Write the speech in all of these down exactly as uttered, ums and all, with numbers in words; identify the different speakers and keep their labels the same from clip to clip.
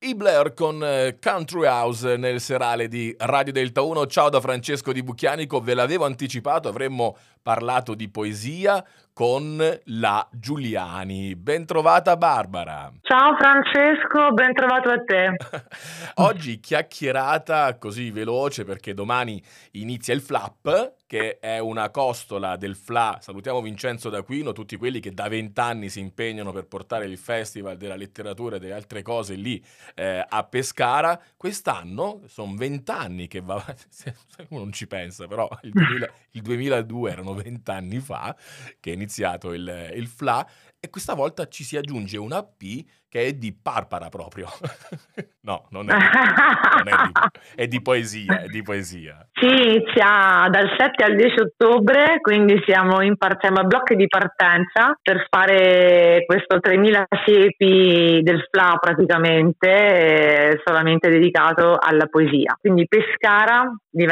Speaker 1: I Blair con eh, Country House nel serale di Radio Delta uno. Ciao da Francesco Di Bucchianico, ve l'avevo anticipato, avremmo parlato di poesia con la Giuliani. Ben trovata Barbara.
Speaker 2: Ciao Francesco, ben trovato a te.
Speaker 1: Oggi chiacchierata così veloce perché domani inizia il Flap, che è una costola del F L A. Salutiamo Vincenzo D'Aquino, tutti quelli che da vent'anni si impegnano per portare il Festival della Letteratura e delle altre cose lì eh, a Pescara. Quest'anno sono vent'anni che va, uno non ci pensa, però il, duemila, il duemiladue erano vent'anni fa che è iniziato il, il F L A, e questa volta ci si aggiunge una P che è di Parpara proprio. No, non è di, non è, di, è di poesia, è di poesia.
Speaker 2: Sì, inizia dal sette al dieci ottobre, quindi siamo in par- siamo a blocchi di partenza per fare questo tremila siepi del F L A praticamente, eh, solamente dedicato alla poesia. Quindi Pescara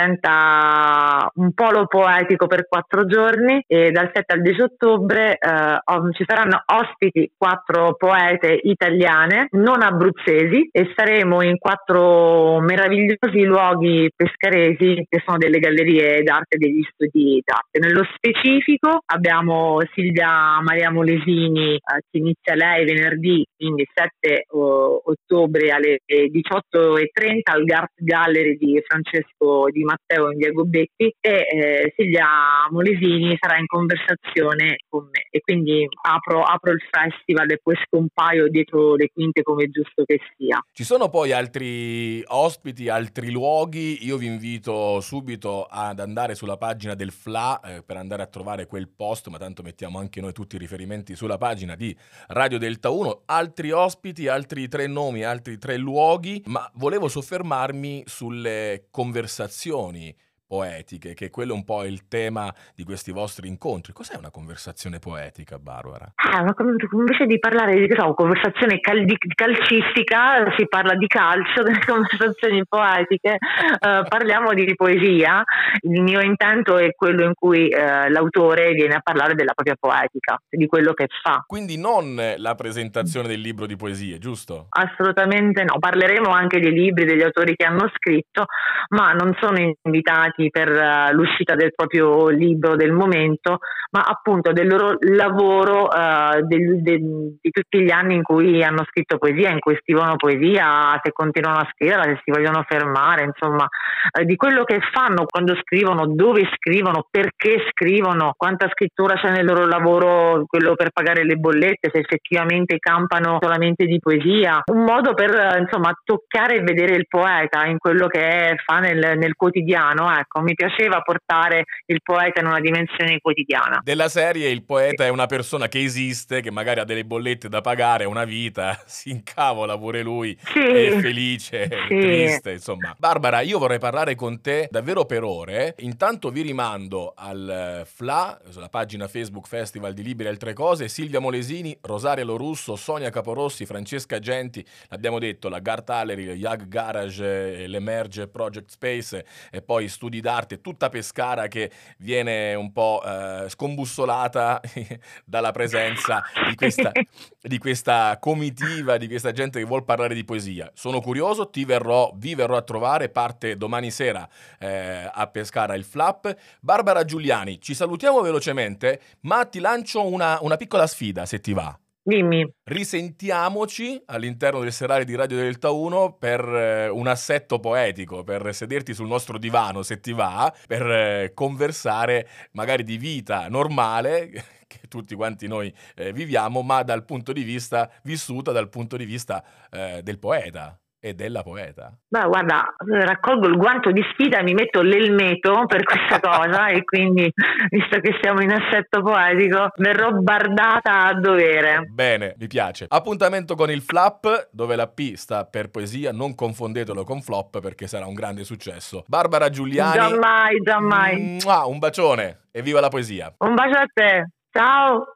Speaker 2: diventa un polo poetico per quattro giorni e dal sette al dieci ottobre eh, ci saranno ospiti quattro poete italiane, non abruzzesi, e saremo in quattro meravigliosi luoghi pescaresi che sono delle gallerie d'arte e degli studi d'arte. Nello specifico abbiamo Silvia Maria Molesini, eh, che inizia lei venerdì, quindi sette ottobre alle diciotto e trenta al Gart Gallery di Francesco Di Matteo in via Gobbetti, e eh, Silvia Molesini sarà in conversazione con me, e quindi apro, apro il festival e poi scompaio dietro le quinte come è giusto che sia.
Speaker 1: Ci sono poi altri ospiti, altri luoghi. Io vi invito subito ad andare sulla pagina del F L A eh, per andare a trovare quel post, ma tanto mettiamo anche noi tutti i riferimenti sulla pagina di Radio Delta uno. Altri ospiti, altri tre nomi, altri tre luoghi, ma volevo soffermarmi sulle conversazioni poetiche, che quello è un po' il tema di questi vostri incontri. Cos'è una conversazione poetica, Barbara?
Speaker 2: Ah, ma invece di parlare di so, conversazione cal- di calcistica, si parla di calcio. Delle conversazioni poetiche eh, parliamo di poesia. Il mio intento è quello in cui eh, l'autore viene a parlare della propria poetica, di quello che fa.
Speaker 1: Quindi non la presentazione del libro di poesie, giusto?
Speaker 2: Assolutamente no. Parleremo anche dei libri, degli autori che hanno scritto, ma non sono invitati per uh, l'uscita del proprio libro del momento, ma appunto del loro lavoro uh, del, del, di tutti gli anni in cui hanno scritto poesia, in cui scrivono poesia, se continuano a scriverla, se si vogliono fermare, insomma, uh, di quello che fanno quando scrivono, dove scrivono, perché scrivono, quanta scrittura c'è nel loro lavoro, quello per pagare le bollette, se effettivamente campano solamente di poesia, un modo per uh, insomma toccare e vedere il poeta in quello che fa nel, nel quotidiano. Ecco, mi piaceva portare il poeta in una dimensione quotidiana.
Speaker 1: Della serie il poeta è una persona che esiste, che magari ha delle bollette da pagare, ha una vita, si incavola pure lui,
Speaker 2: sì,
Speaker 1: è felice,
Speaker 2: sì.
Speaker 1: È triste, insomma. Barbara, io vorrei parlare con te davvero per ore. Intanto vi rimando al F L A, sulla pagina Facebook Festival di Libri e Altre Cose. Silvia Molesini, Rosaria Lorusso, Sonia Caporossi, Francesca Genti, l'abbiamo detto, la Gart Gallery, Yag Garage, l'Emerge Project Space, e poi studi d'arte, tutta Pescara che viene un po' eh, scombussolata dalla presenza di questa, di questa comitiva, di questa gente che vuol parlare di poesia. Sono curioso, ti verrò, vi verrò a trovare, parte domani sera eh, a Pescara il Flap. Barbara Giuliani, ci salutiamo velocemente, ma ti lancio una, una piccola sfida, se ti va.
Speaker 2: Dimmi.
Speaker 1: Risentiamoci all'interno del serale di Radio Delta uno per eh, un assetto poetico, per sederti sul nostro divano, se ti va, per eh, conversare magari di vita normale che tutti quanti noi eh, viviamo, ma dal punto di vista vissuta dal punto di vista eh, del poeta e della poeta.
Speaker 2: Beh, guarda, raccolgo il guanto di sfida e mi metto l'elmetto per questa cosa, e quindi, visto che siamo in assetto poetico, verrò bardata a dovere.
Speaker 1: Bene, mi piace. Appuntamento con il Flap, dove la P sta per poesia, non confondetelo con flop perché sarà un grande successo. Barbara Giuliani.
Speaker 2: Giammai, giammai.
Speaker 1: Mua, un bacione e viva la poesia.
Speaker 2: Un bacio a te. Ciao.